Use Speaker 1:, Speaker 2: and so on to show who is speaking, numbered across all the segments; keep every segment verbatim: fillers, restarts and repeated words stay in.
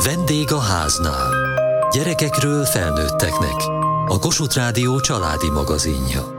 Speaker 1: Vendég a háznál. Gyerekekről felnőtteknek. A Kossuth Rádió családi magazinja.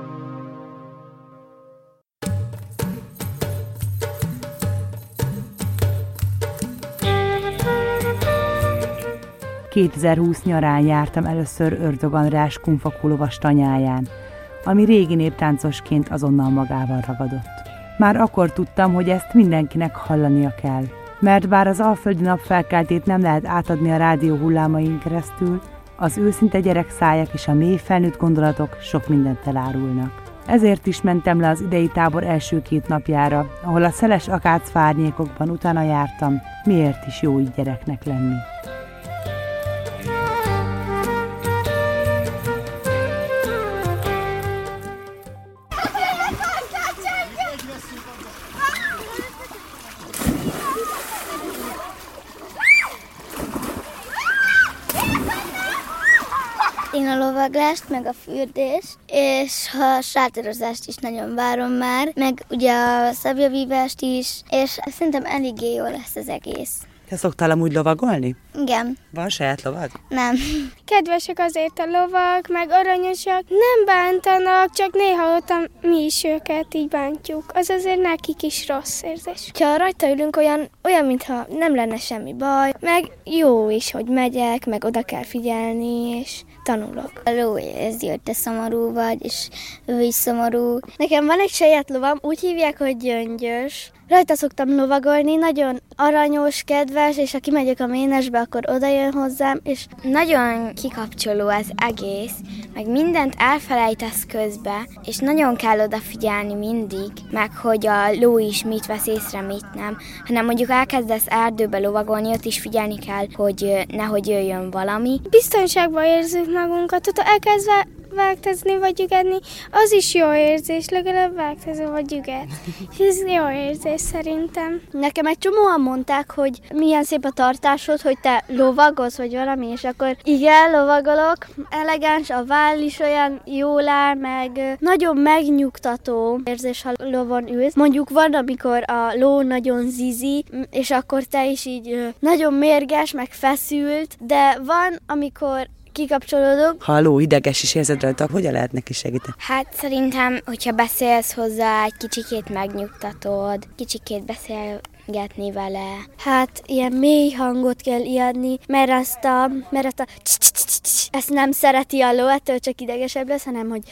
Speaker 2: kétezer-húsz nyarán jártam először Ördög András kung-fu lovas tanyáján, ami régi néptáncosként azonnal magával ragadott. Már akkor tudtam, hogy ezt mindenkinek hallania kell, mert bár az alföldi napfelkeltét nem lehet átadni a rádió hullámain keresztül, az őszinte gyerekszájak és a mély felnőtt gondolatok sok mindent elárulnak. Ezért is mentem le az idei tábor első két napjára, ahol a szeles akácfárnyékokban utána jártam, miért is jó így gyereknek lenni.
Speaker 3: Én a lovaglást, meg a fürdést, és a sátorozást is nagyon várom már, meg ugye a szabjavívást is, és szerintem eléggé jó lesz az egész.
Speaker 2: Te szoktál amúgy lovagolni?
Speaker 3: Igen.
Speaker 2: Van saját lovad?
Speaker 3: Nem.
Speaker 4: Kedvesek azért a lovak, meg aranyosak, nem bántanak, csak néha ott mi is őket így bántjuk. Az azért nekik is rossz érzés. Ha rajta ülünk, olyan, olyan mintha nem lenne semmi baj, meg jó is, hogy megyek, meg oda kell figyelni, és tanulok.
Speaker 3: A ló érzi, hogy te szomorú vagy, és ő is szomorú.
Speaker 4: Nekem van egy saját lovam, úgy hívják, hogy Gyöngyös. Rajta szoktam lovagolni, nagyon aranyos, kedves, és ha kimegyek a ménesbe, akkor oda jön hozzám, és
Speaker 3: nagyon kikapcsoló az egész, meg mindent elfelejtesz közbe, és nagyon kell odafigyelni mindig, meg hogy a ló is mit vesz észre, mit nem, hanem mondjuk elkezdesz erdőbe lovagolni, ott is figyelni kell, hogy nehogy jöjjön valami.
Speaker 4: Biztonságban érzünk magunkat, ott elkezdve vágtazni vagy ügetni, az is jó érzés, legalább vágtazni vagy üget. Ez jó érzés szerintem.
Speaker 5: Nekem egy csomóan mondták, hogy milyen szép a tartásod, hogy te lovagolsz, vagy valami, és akkor igen, lovagolok. Elegáns, a váll is olyan jól áll, meg nagyon megnyugtató érzés, ha lovon ülsz. Mondjuk van, amikor a ló nagyon zizi, és akkor te is így nagyon mérges, meg feszült, de van, amikor kikapcsolódok.
Speaker 2: Ha a ló ideges is érzed rajta, hogyan lehet neki segíteni?
Speaker 3: Hát szerintem, hogyha beszélsz hozzá, egy kicsikét megnyugtatod, kicsikét beszélgetni vele.
Speaker 5: Hát ilyen mély hangot kell iadni, mert azt a, mert azt a ezt nem szereti a ló, ettől csak idegesebb lesz, hanem hogy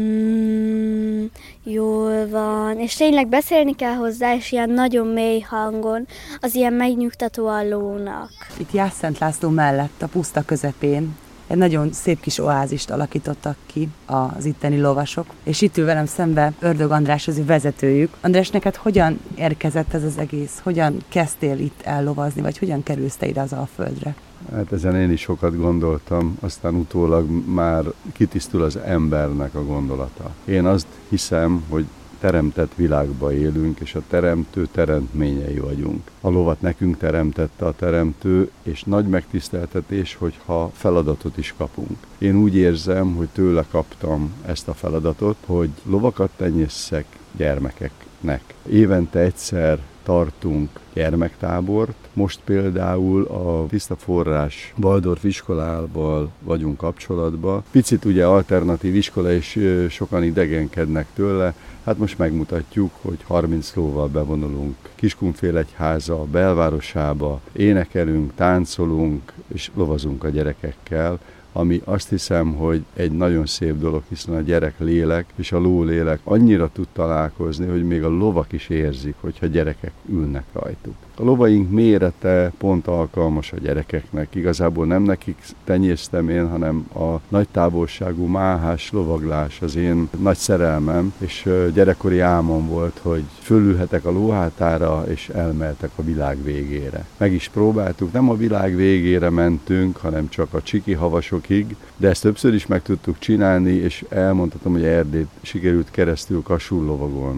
Speaker 5: hmm, jól van. És tényleg beszélni kell hozzá, és ilyen nagyon mély hangon, az ilyen megnyugtató a lónak.
Speaker 2: Itt Jászszent László mellett, a puszta közepén egy nagyon szép kis oázist alakítottak ki az itteni lovasok, és itt ül velem szembe Ördög András, az ő vezetőjük. András, neked hogyan érkezett ez az egész? Hogyan kezdtél itt ellovazni, vagy hogyan kerülsz te ide az Alföldre?
Speaker 6: Hát ezen én is sokat gondoltam, aztán utólag már kitisztul az embernek a gondolata. Én azt hiszem, hogy teremtett világba élünk, és a teremtő teremtményei vagyunk. A lovat nekünk teremtette a teremtő, és nagy megtiszteltetés, hogyha feladatot is kapunk. Én úgy érzem, hogy tőle kaptam ezt a feladatot, hogy lovakat tenyészek gyermekeknek. Évente egyszer tartunk gyermektábort. Most például a Tiszta Forrás Waldorf iskolával vagyunk kapcsolatban. Picit ugye alternatív iskola, és sokan idegenkednek tőle. Hát most megmutatjuk, hogy harminc lóval bevonulunk Kiskunfélegyháza belvárosába, énekelünk, táncolunk, és lovazunk a gyerekekkel, ami azt hiszem, hogy egy nagyon szép dolog, hiszen a gyerek lélek és a ló lélek annyira tud találkozni, hogy még a lovak is érzik, hogyha gyerekek ülnek rajtuk. A lovaink mérete pont alkalmas a gyerekeknek. Igazából nem nekik tenyésztem én, hanem a nagy távolságú máhás lovaglás az én nagy szerelmem, és gyerekkori álmom volt, hogy fölülhetek a lóhátára, és elmehetek a világ végére. Meg is próbáltuk, nem a világ végére mentünk, hanem csak a csiki havasokig, de ezt többször is meg tudtuk csinálni, és elmondhatom, hogy Erdélyt sikerült keresztül Kassul lovagolnom.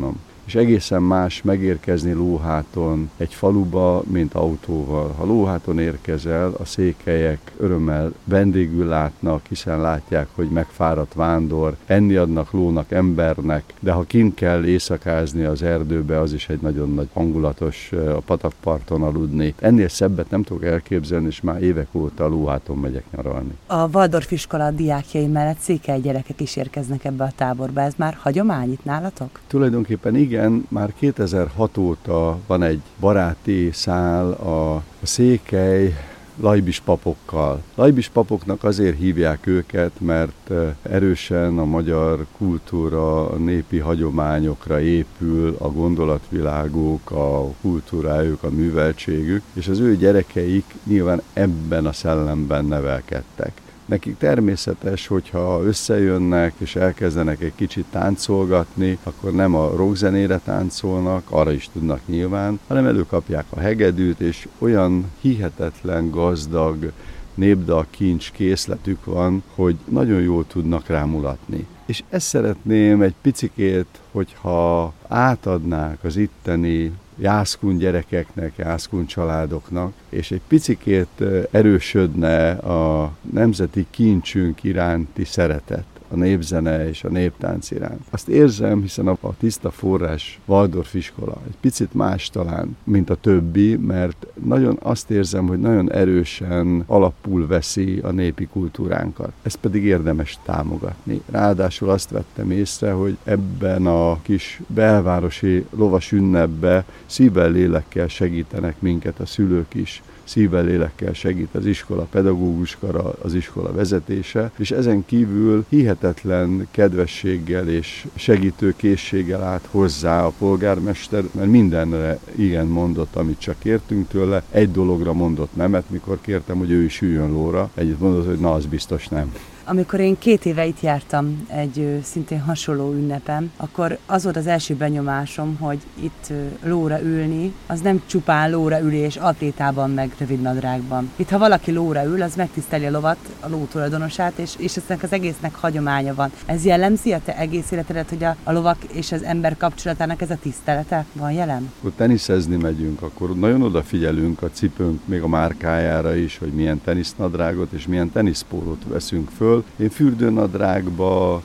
Speaker 6: és egészen más megérkezni lóháton egy faluba, mint autóval. Ha lóháton érkezel, a székelyek örömmel vendégül látnak, hiszen látják, hogy megfáradt vándor, enni adnak lónak, embernek, de ha kint kell éjszakázni az erdőbe, az is egy nagyon nagy hangulatos a patakparton aludni. Ennél szebbet nem tudok elképzelni, és már évek óta a lóháton megyek nyaralni.
Speaker 2: A Waldorf iskola diákjai mellett székely gyerekek is érkeznek ebbe a táborba. Ez már hagyomány itt nálatok?
Speaker 6: Tulajdonképpen igen, már kétezer-hat óta van egy baráti szál a, a székely lajbis papokkal. Lajbis papoknak azért hívják őket, mert erősen a magyar kultúra, a népi hagyományokra épül, a gondolatviláguk, a kultúrájuk, a műveltségük, és az ő gyerekeik nyilván ebben a szellemben nevelkedtek. Nekik természetes, hogyha összejönnek és elkezdenek egy kicsit táncolgatni, akkor nem a rockzenére táncolnak, arra is tudnak nyilván, hanem előkapják a hegedűt, és olyan hihetetlen gazdag népdal kincs készletük van, hogy nagyon jól tudnak rámulatni. És ezt szeretném egy picikét, hogyha átadnák az itteni jászkun gyerekeknek, jászkun családoknak, és egy picikét erősödne a nemzeti kincsünk iránti szeretet, a népzene és a néptánc iránt. Azt érzem, hiszen a tiszta forrás Waldorf iskola egy picit más talán, mint a többi, mert nagyon azt érzem, hogy nagyon erősen alapul veszi a népi kultúránkat. Ezt pedig érdemes támogatni. Ráadásul azt vettem észre, hogy ebben a kis belvárosi lovas ünnepbe szívvel, lélekkel segítenek minket a szülők is. Szívvel, lélekkel segít az iskola pedagógus kara, az iskola vezetése, és ezen kívül hihetetlen kedvességgel és segítőkészséggel állt hozzá a polgármester, mert mindenre igen mondott, amit csak kértünk tőle. Egy dologra mondott nemet, mikor kértem, hogy ő is üljön lóra. Egyet mondott, hogy na, az biztos nem.
Speaker 2: Amikor én két éve itt jártam egy ö, szintén hasonló ünnepen, akkor az volt az első benyomásom, hogy itt ö, lóra ülni, az nem csupán lóra ülés atlétában meg rövidnadrágban. Itt ha valaki lóra ül, az megtiszteli a lovat, a ló tulajdonosát, és, és ennek az egésznek hagyománya van. Ez jellemzi a te egész életedet, hogy a, a lovak és az ember kapcsolatának ez a tisztelete van jelen?
Speaker 6: Akkor teniszezni megyünk, akkor nagyon odafigyelünk a cipőnk még a márkájára is, hogy milyen tenisznadrágot és milyen teniszpólót veszünk föl. Én fürdőnadrágba,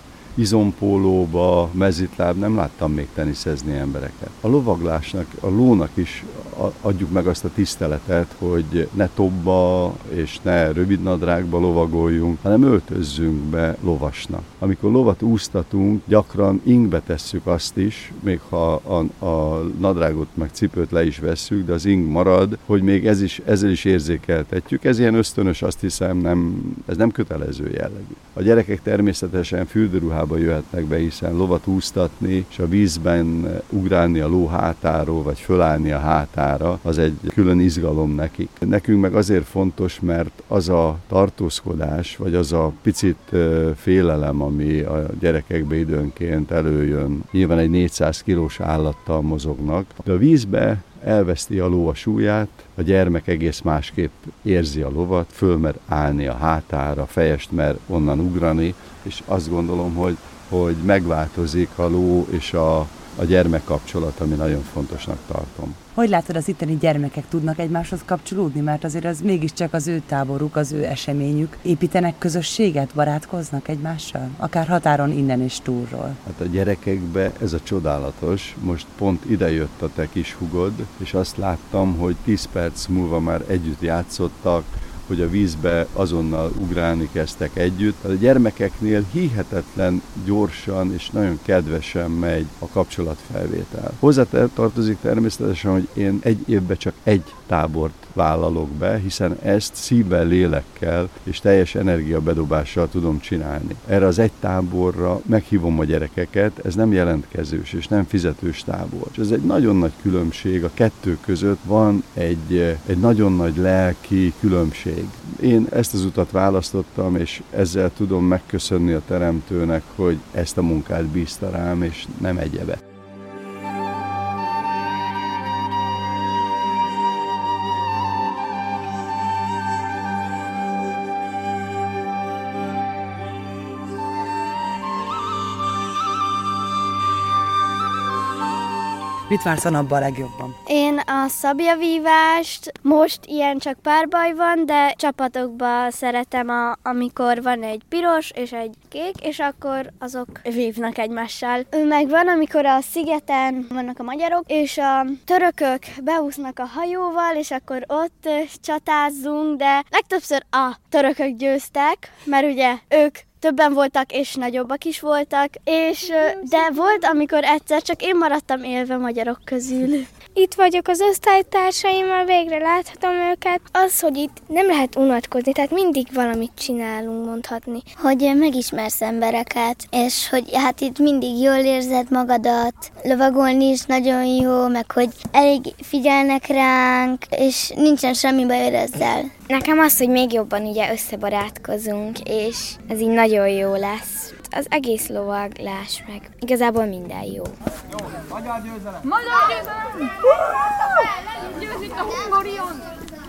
Speaker 6: izompólóba, mezitláb nem láttam még teniszezni embereket. A lovaglásnak, a lónak is adjuk meg azt a tiszteletet, hogy ne tobba és ne rövidnadrágba lovagoljunk, hanem öltözzünk be lovasnak. Amikor lovat úsztatunk, gyakran ingbe tesszük azt is, még ha a, a nadrágot meg cipőt le is vesszük, de az ing marad, hogy még ez is, ezzel is érzékeltetjük. Ez ilyen ösztönös, azt hiszem, nem, ez nem kötelező jellegű. A gyerekek természetesen fürdőruhába jöhetnek be, hiszen lovat úsztatni, és a vízben ugrálni a ló hátáról, vagy fölállni a hátára, az egy külön izgalom nekik. Nekünk meg azért fontos, mert az a tartózkodás, vagy az a picit félelem, ami a gyerekekbe időnként előjön. Nyilván egy négyszáz kilós állattal mozognak, de a vízbe elveszti a ló a súlyát, a gyermek egész másképp érzi a lovat, fölmer állni a hátára, fejest mer onnan ugrani, és azt gondolom, hogy, hogy megváltozik a ló és a, a gyermek kapcsolat, ami nagyon fontosnak tartom.
Speaker 2: Hogy látod, az itteni gyermekek tudnak egymáshoz kapcsolódni? Mert azért az mégiscsak az ő táboruk, az ő eseményük. Építenek közösséget, barátkoznak egymással? Akár határon innen és túlról.
Speaker 6: Hát a gyerekekbe ez a csodálatos. Most pont ide jött a te kis hugod, és azt láttam, hogy tíz perc múlva már együtt játszottak, hogy a vízbe azonnal ugrálni kezdtek együtt. A gyermekeknél hihetetlen gyorsan és nagyon kedvesen megy a kapcsolatfelvétel. Hozzá tartozik természetesen, hogy én egy évben csak egy tábort vállalok be, hiszen ezt szívvel, lélekkel és teljes energiabedobással tudom csinálni. Erre az egy táborra meghívom a gyerekeket, ez nem jelentkezős és nem fizetős tábor. És ez egy nagyon nagy különbség, a kettő között van egy, egy nagyon nagy lelki különbség. Én ezt az utat választottam, és ezzel tudom megköszönni a Teremtőnek, hogy ezt a munkát bízta rám, és nem egyebet.
Speaker 2: Mit vársz a napban a legjobban?
Speaker 5: Én a szabjavívást, most ilyen csak pár baj van, de csapatokban szeretem, a, amikor van egy piros és egy kék, és akkor azok vívnak egymással. Meg van, amikor a szigeten vannak a magyarok, és a törökök beúsznak a hajóval, és akkor ott csatázzunk, de legtöbbször a törökök győztek, mert ugye ők többen voltak, és nagyobbak is voltak, és de volt, amikor egyszer csak én maradtam élve magyarok közül.
Speaker 4: Itt vagyok az osztálytársaimmal, végre láthatom őket. Az, hogy itt nem lehet unatkozni, tehát mindig valamit csinálunk, mondhatni.
Speaker 3: Hogy megismersz embereket, és hogy hát itt mindig jól érzed magadat, lovagolni is nagyon jó, meg hogy elég figyelnek ránk, és nincsen semmi baj ezzel. Nekem az, hogy még jobban ugye összebarátkozunk, és ez így nagyon jó lesz. Az egész lovaglás meg igazából minden jó.
Speaker 7: Jó, magyar győzelem! Magyar győzelem! Győzik a Hungarion!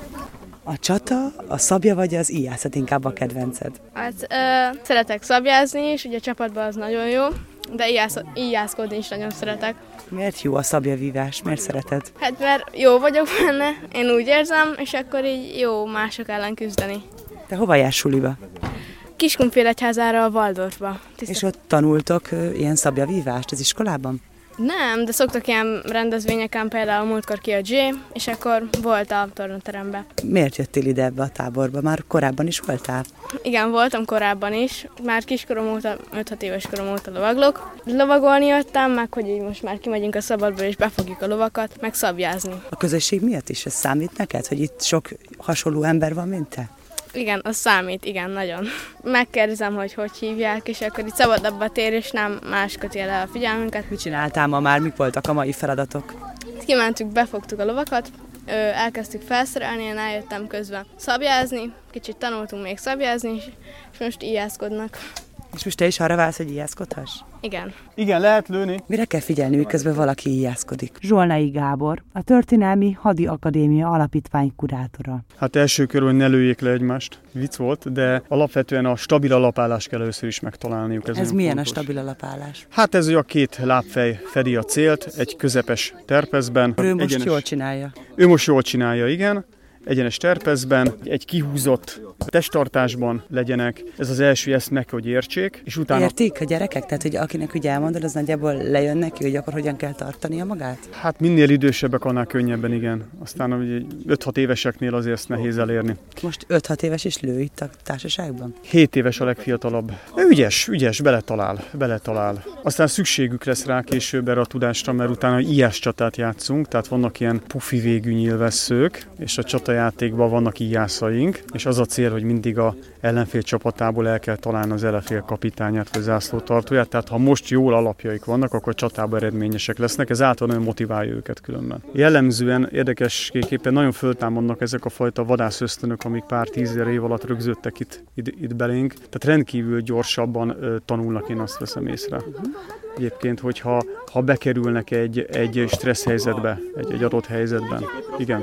Speaker 2: A csata, a szabja vagy az íjászat inkább a kedvenced?
Speaker 8: Hát ö, szeretek szabjázni is, ugye csapatban az nagyon jó, de íjász, íjászkodni is nagyon szeretek.
Speaker 2: Miért jó a szabjavívás? Miért szereted?
Speaker 8: Hát mert jó vagyok benne, én úgy érzem, és akkor így jó mások ellen küzdeni.
Speaker 2: Te hova jársz suliba?
Speaker 8: Kiskunfélegyházára, a Waldorfba. Tisztelt.
Speaker 2: És ott tanultok uh, ilyen szabjavívást az iskolában?
Speaker 8: Nem, de szoktak ilyen rendezvényeken, például múltkor ki a G, és akkor volt a tornateremben.
Speaker 2: Miért jöttél ide ebbe a táborba? Már korábban is voltál?
Speaker 8: Igen, voltam korábban is. Már kiskorom óta, öt-hat éves korom óta lovaglok. Lovagolni jöttem, meg hogy így most már kimegyünk a szabadba, és befogjuk a lovakat, meg szabjázni.
Speaker 2: A közösség miatt is ez számít neked, hogy itt sok hasonló ember van, mint te?
Speaker 8: Igen, az számít, igen, nagyon. Megkérdezem, hogy hogy hívják, és akkor itt szabadabb a tér, és nem más köti el a figyelmünket.
Speaker 2: Mit csináltál ma már? Mik voltak a mai feladatok?
Speaker 8: Kimentük, befogtuk a lovakat, elkezdtük felszerelni, én eljöttem közben szabjázni, kicsit tanultunk még szabjázni, és most íjászkodnak.
Speaker 2: És most te is arra válsz, hogy íjászkodhass?
Speaker 8: Igen.
Speaker 7: Igen, lehet lőni.
Speaker 2: Mire kell figyelni, hogy közben valaki íjászkodik? Zsolnai Gábor, a Történelmi Hadi Akadémia Alapítvány kurátora.
Speaker 7: Hát első körül ne lőjék le egymást. Vicc volt, de alapvetően a stabil alapállást kell először is megtalálniuk. Ez,
Speaker 2: ez milyen
Speaker 7: fontos.
Speaker 2: A stabil alapállás?
Speaker 7: Hát ez a két lábfej fedi a célt, egy közepes terpezben.
Speaker 2: Ő most
Speaker 7: egyenes...
Speaker 2: jól csinálja.
Speaker 7: Ő most jól csinálja, igen. Egyenes terpezben, egy kihúzott testtartásban legyenek. Ez az első, ezt meg, hogy értsék. És utána...
Speaker 2: Értik a gyerekek? Tehát, hogy akinek ugye elmondod, az nagyjából lejön neki, hogy akkor hogyan kell tartania magát?
Speaker 7: Hát minél idősebbek, annál könnyebben, igen. Aztán öt-hat éveseknél azért ezt nehéz elérni.
Speaker 2: Most öt-hat éves is lő itt a társaságban?
Speaker 7: hét éves a legfiatalabb. Ügyes, ügyes, beletalál, beletalál. Aztán szükségük lesz rá később erre a tudásra, mert utána íjás csatát játszunk, tehát vannak ilyen pufi végű nyílvesszők, és a csatajátékban vannak íjászaink, és az a cél, hogy mindig a ellenfél csapatából el kell találni az ellenfél kapitányát vagy zászlótartóját, tehát ha most jól alapjaik vannak, akkor csatában eredményesek lesznek, ez általában nagyon motiválja őket különben. Jellemzően érdekesképpen nagyon föltámadnak ezek a fajta vadászösztönök, amik pár tízezer év alatt rögzöttek itt, itt, itt belénk, tehát rendkívül gyorsabban ö, tanulnak, én azt veszem észre. Egyébként, hogyha ha bekerülnek egy, egy stressz helyzetbe, egy, egy adott helyzetben. Igen.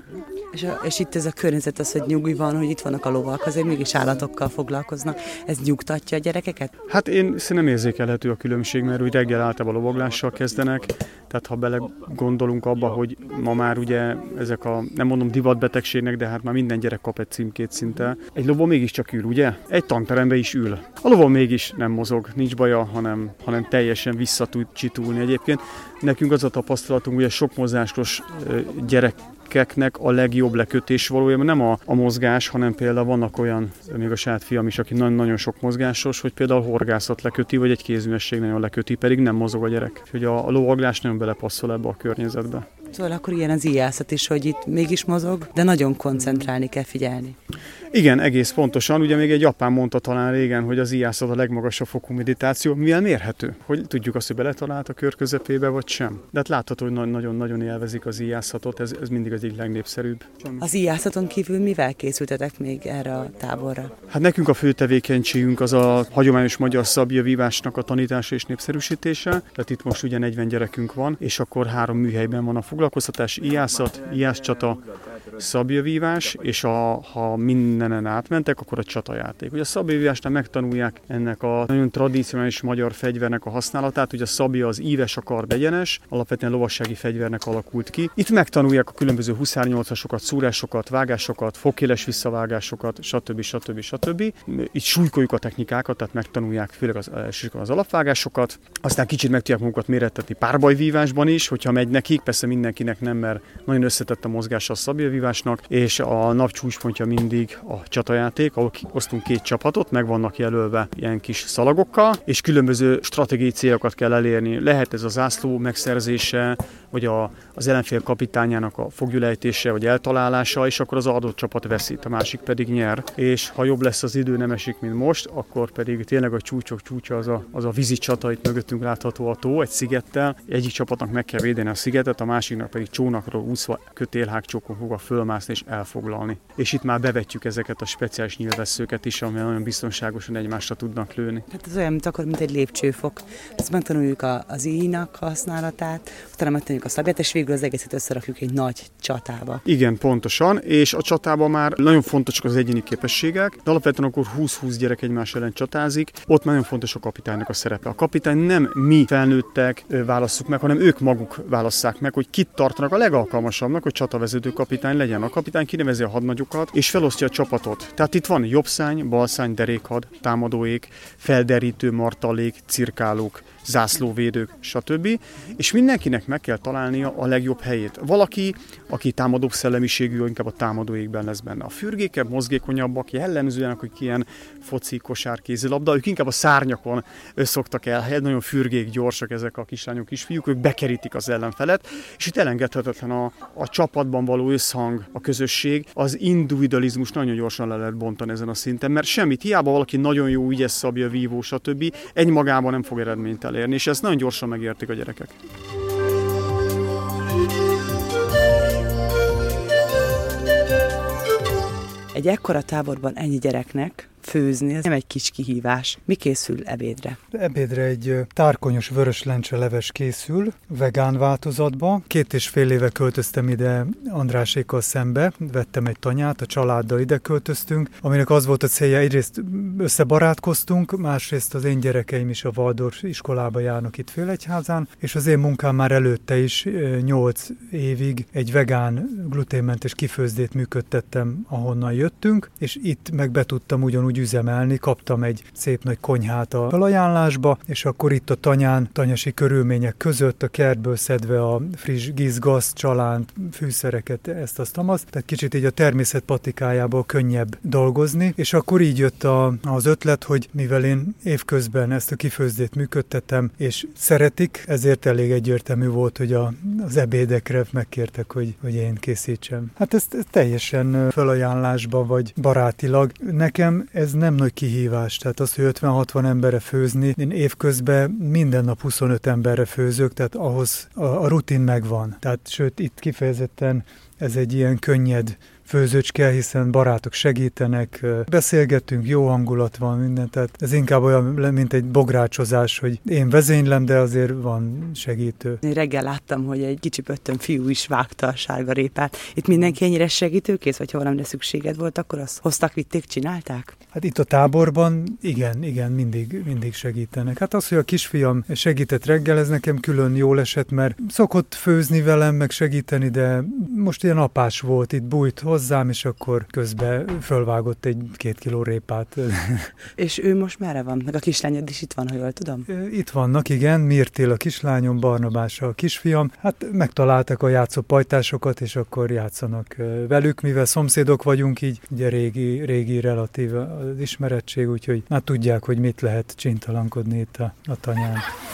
Speaker 2: És, a, és itt ez a környezet az, hogy nyugi van, hogy itt vannak a lovak, azért mégis állatokkal foglalkoznak. Ez nyugtatja a gyerekeket?
Speaker 7: Hát én szerintem nem érzékelhető a különbség, mert úgy reggel általában lovaglással kezdenek, tehát ha belegondolunk abba, hogy ma már ugye ezek a, nem mondom divatbetegségnek, de hát már minden gyerek kap egy címkét szinte. Egy lovon mégiscsak ül, ugye? Egy tanteremben is ül. A lovon mégis nem mozog, nincs baja, hanem, hanem teljesen vissza tud csitulni egyébként. Nekünk az a tapasztalatunk, hogy a sok mozgásos gyerek gyerekeknek a legjobb lekötés valójában nem a, a mozgás, hanem például vannak olyan, még a saját fiam is, aki nagyon, nagyon sok mozgásos, hogy például horgászat leköti, vagy egy kézművesség nagyon leköti, pedig nem mozog a gyerek. Úgyhogy a, a lovaglás nagyon belepasszol ebbe a környezetbe.
Speaker 2: Szóval akkor ilyen az íjászat is, hogy itt mégis mozog, de nagyon koncentrálni kell, figyelni.
Speaker 7: Igen, egész pontosan. Ugye még egy apám mondta talán régen, hogy az íjászat a legmagasabb fokú meditáció. Mivel mérhető? Hogy tudjuk azt, hogy beletalált a kör közepébe, vagy sem. De hát látható, hogy nagyon-nagyon élvezik az íjászatot, ez, ez mindig az egyik legnépszerűbb.
Speaker 2: Az íjászaton kívül mivel készültetek még erre a táborra?
Speaker 7: Hát nekünk a fő tevékenységünk az a hagyományos magyar szabjavívásnak a tanítása és népszerűsítése. Tehát itt most ugye negyven gyerekünk van, és akkor három műhelyben van a foglalkoztatás, íjászat, íjászcsata szablyavívás, és a, ha mindenen átmentek, akkor a csatajáték. Ugye a szablyavívásnál megtanulják ennek a nagyon tradicionális magyar fegyvernek a használatát, ugye a szabja az íves, a kard egyenes, alapvetően lovassági fegyvernek alakult ki. Itt megtanulják a különböző huszárnyolcasokat, szúrásokat, vágásokat, fokéles visszavágásokat, stb. stb. stb. Itt súlykoljuk a technikákat, tehát megtanulják főleg az, az alapvágásokat, aztán kicsit meg tudják magukat mérettetni párbajvívásban is, hogyha megy nekik, persze mindenkinek nem, mert nagyon összetett a mozgása a szablyavívásnak, és a nap csúcspontja mindig a csatajáték, ahol osztunk két csapatot, meg vannak jelölve ilyen kis szalagokkal, és különböző stratégiai célokat kell elérni. Lehet ez a zászló megszerzése, vagy a, az ellenfél kapitányának a foglyulejtése, vagy eltalálása, és akkor az adott csapat veszít, a másik pedig nyer. És ha jobb lesz az idő, nem esik, mint most, akkor pedig tényleg a csúcsok csúcsa az a, az a vízi csata, itt mögöttünk látható a tó, egy szigettel. Egyik csapatnak meg kell védeni a szigetet, a másiknak pedig csónakról úszva kötélhágcsókon fogva fölmászni és elfoglalni. És itt már bevetjük ezeket a speciális nyílvesszőket is, amely nagyon biztonságosan egymásra tudnak lőni.
Speaker 2: Hát ez olyan, mint akkor, mint egy lépcsőfok. Ezt megtanuljuk a, az íjnak használatát, utána megtanuljuk a szabját, és végül az egészet összerakjuk egy nagy csatába.
Speaker 7: Igen, pontosan, és a csatában már nagyon fontosak az egyéni képességek, de alapvetően akkor húsz-húsz gyerek egymás ellen csatázik, ott nagyon fontos a kapitánynak a szerepe. A kapitány nem mi felnőttek válasszuk meg, hanem ők maguk válasszák meg, hogy kit tartanak a legalkalmasabbnak, hogy csatavezető kapitány legyen. A kapitány kinevezi a hadnagyokat, és felosztja a csapatot. Tehát itt van jobbszány, balszány, derékhad, támadóék, felderítő, martalék, cirkálók, zászlóvédők, stb. És mindenkinek meg kell találnia a legjobb helyét. Valaki, aki támadóbb szellemiségű, inkább a támadóékben lesz benne. A fürgékebb, mozgékonyabbak, jellemzően, akik ilyen foci, kosár, kézilabda, ők inkább a szárnyakon szoktak elhelyedni, nagyon fürgék, gyorsak ezek a kislányok, kisfiúk, ők bekerítik az ellenfelet, és itt elengedhetetlen a, a csapatban való összhang, a közösség, az individualizmus nagyon gyorsan le lehet bontani ezen a szinten, mert semmit, hiába valaki nagyon jó, ügyes szabja, vívó, stb. Egymagában nem fog eredményt elérni, és ezt nagyon gyorsan megértik a gyerekek.
Speaker 2: Egy ekkora táborban ennyi gyereknek főzni, ez nem egy kis kihívás. Mi készül ebédre?
Speaker 9: Ebédre egy tárkonyos vörös lencse leves készül, vegán változatban. Két és fél éve költöztem ide Andrásékkal szembe, vettem egy tanyát, a családdal ide költöztünk, aminek az volt a célja, egyrészt összebarátkoztunk, másrészt az én gyerekeim is a Waldorf iskolába járnak itt Félegyházán, és az én munkám már előtte is nyolc évig egy vegán, gluténmentes kifőzdét működtettem, ahonnan jöttünk, és itt meg be tudtam ugyanúgy üzemelni, kaptam egy szép nagy konyhát a felajánlásba, és akkor itt a tanyán, tanyasi körülmények között a kertből szedve a friss gizgasz, csalánt, fűszereket, ezt azt amazt, tehát kicsit így a természet patikájából könnyebb dolgozni, és akkor így jött a, az ötlet, hogy mivel én évközben ezt a kifőzdét működtetem, és szeretik, ezért elég egyértelmű volt, hogy a, az ebédekre megkértek, hogy, hogy én készítsem. Hát ez, ez teljesen felajánlásba, vagy barátilag. Nekem ez nem nagy kihívás, tehát az, hogy ötven-hatvan emberre főzni, én évközben minden nap huszonöt emberre főzök, tehát ahhoz a, a rutin megvan. Tehát sőt, itt kifejezetten ez egy ilyen könnyed főzőcske, hiszen barátok segítenek, beszélgetünk, jó hangulat van, minden, tehát ez inkább olyan, mint egy bográcsozás, hogy én vezénylem, de azért van segítő.
Speaker 2: Én reggel láttam, hogy egy kicsi pöttöm fiú is vágta a sárgarépát. Itt mindenki ennyire segítőkész, vagy ha valamire szükséged volt, akkor azt hoztak, vitték, csinálták?
Speaker 9: Hát itt a táborban igen, igen, mindig, mindig segítenek. Hát az, hogy a kisfiam segített reggel, ez nekem külön jól esett, mert szokott főzni velem, meg segíteni, de most ilyen apás volt, itt bújt hozzám, és akkor közben fölvágott egy két kiló répát.
Speaker 2: És ő most merre van? Meg a kislányod is itt van, ha jól tudom?
Speaker 9: Itt vannak, igen, Mirtél a kislányom, Barnabás a kisfiam. Hát megtaláltak a játszópajtásokat, és akkor játszanak velük, mivel szomszédok vagyunk, így ugye régi, régi relatív az ismerettség, úgyhogy már tudják, hogy mit lehet csintalankodni itt a, a tanyán.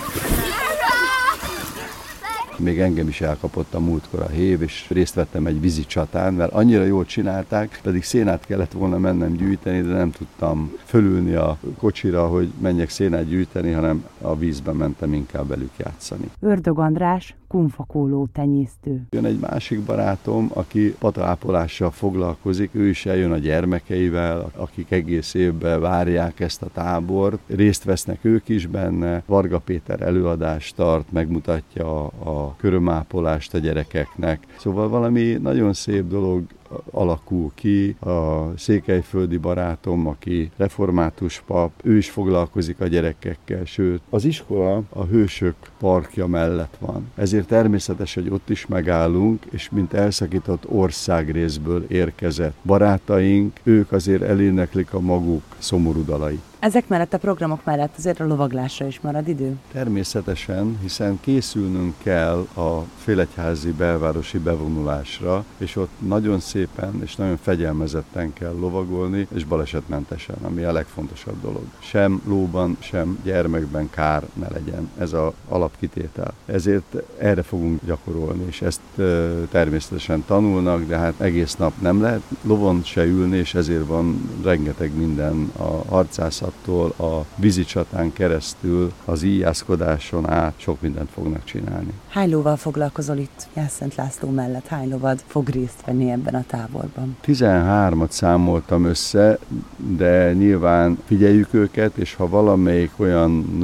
Speaker 6: Még engem is elkapott a múltkor a hév, és részt vettem egy vízi csatán, mert annyira jól csinálták, pedig szénát kellett volna mennem gyűjteni, de nem tudtam fölülni a kocsira, hogy menjek szénát gyűjteni, hanem a vízbe mentem inkább velük játszani.
Speaker 2: Ördög András, kunfakóló tenyésztő.
Speaker 6: Jön egy másik barátom, aki pataápolással foglalkozik, ő is eljön a gyermekeivel, akik egész évben várják ezt a tábort, részt vesznek ők is benne, Varga Péter előadást tart, megmutatja a, a körömápolást a gyerekeknek. Szóval valami nagyon szép dolog alakul ki. A székelyföldi barátom, aki református pap, ő is foglalkozik a gyerekekkel, sőt, az iskola a Hősök parkja mellett van. Ezért természetes, hogy ott is megállunk, és mint elszakított országrészből érkezett barátaink, ők azért eléneklik a maguk szomorú dalait.
Speaker 2: Ezek mellett a programok mellett azért a lovaglásra is marad idő?
Speaker 6: Természetesen, hiszen készülnünk kell a félegyházi belvárosi bevonulásra, és ott nagyon szépen és nagyon fegyelmezetten kell lovagolni, és balesetmentesen, ami a legfontosabb dolog. Sem lóban, sem gyermekben kár ne legyen. Ez az alapkitétel. Ezért erre fogunk gyakorolni, és ezt természetesen tanulnak, de hát egész nap nem lehet lovon se ülni, és ezért van rengeteg minden a harcászat, a vízicsatán keresztül, az íjászkodáson át sok mindent fognak csinálni.
Speaker 2: Hány lóval foglalkozol itt Jászszent László mellett? Hány lovad fog részt venni ebben a táborban?
Speaker 6: tizenhármat számoltam össze, de nyilván figyeljük őket, és ha valamelyik olyan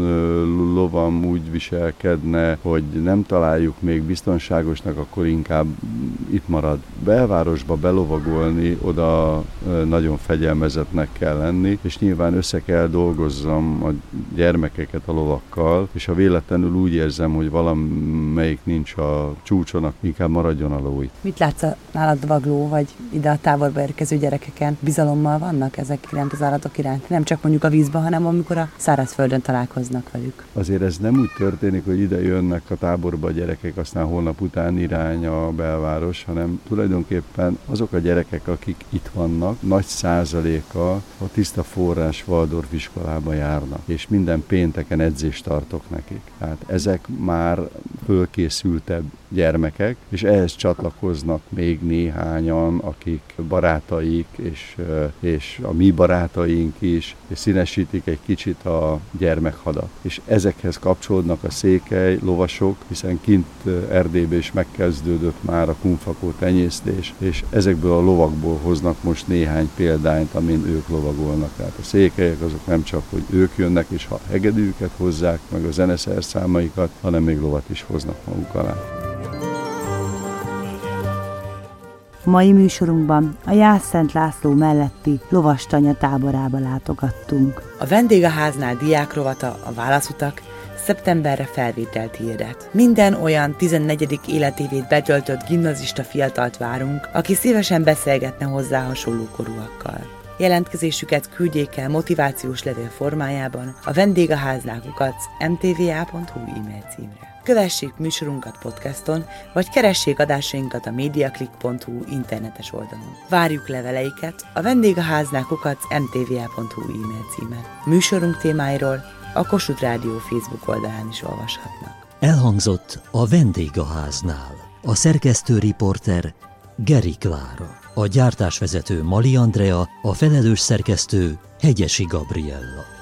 Speaker 6: lovam úgy viselkedne, hogy nem találjuk még biztonságosnak, akkor inkább itt marad. Belvárosba belovagolni, oda nagyon fegyelmezetnek kell lenni, és nyilván össze kell dolgozzam a gyermekeket a lovakkal, és ha véletlenül úgy érzem, hogy valamelyik nincs a csúcsonak, inkább maradjon a ló itt.
Speaker 2: Mit látsz a nálad lovagló, vagy ide a táborba érkező gyerekeken? Bizalommal vannak ezek iránt, az állatok iránt? Nem csak mondjuk a vízben, hanem amikor a szárazföldön találkoznak velük.
Speaker 6: Azért ez nem úgy történik, hogy ide jönnek a táborba a gyerekek, aztán holnap után irány a belváros, hanem tulajdonképpen azok a gyerekek, akik itt vannak, nagy százaléka a Tiszta Forrás Waldorf iskolába járnak, és minden pénteken edzést tartok nekik. Tehát ezek már fölkészültebb gyermekek, és ehhez csatlakoznak még néhányan, akik barátaik, és, és a mi barátaink is, és színesítik egy kicsit a gyermekhadat. És ezekhez kapcsolódnak a székely lovasok, hiszen kint Erdélyben is megkezdődött már a kunfakó tenyésztés, és ezekből a lovakból hoznak most néhány példányt, amin ők lovagolnak. Tehát a székelyek azok nem csak, hogy ők jönnek, és ha hegedűket hozzák, meg a zeneszerszámaikat, hanem még lovat is hoznak maguk alá.
Speaker 2: Mai műsorunkban a Jászszent László melletti Lovastanya táborába látogattunk. A vendégháznál diákrovata, a válaszutak szeptemberre felvételt hirdet. Minden olyan tizennegyedik életévét betöltött gimnazista fiatalt várunk, aki szívesen beszélgetne hozzá hasonló korúakkal. Jelentkezésüket küldjék el motivációs levél formájában a vendégháznál kukac em té vé á pont hú e-mail címre. Kövessék műsorunkat podcaston, vagy keressék adásainkat a mediaclick pont hú internetes oldalon. Várjuk leveleiket a vendégháznál kukac em té vé á pont hú e-mail címen. Műsorunk témáiról a Kossuth Rádió Facebook oldalán is olvashatnak.
Speaker 1: Elhangzott a vendégháznál. A szerkesztő riporter Geri Klára, a gyártásvezető Mali Andrea, a felelős szerkesztő Hegyesi Gabriella.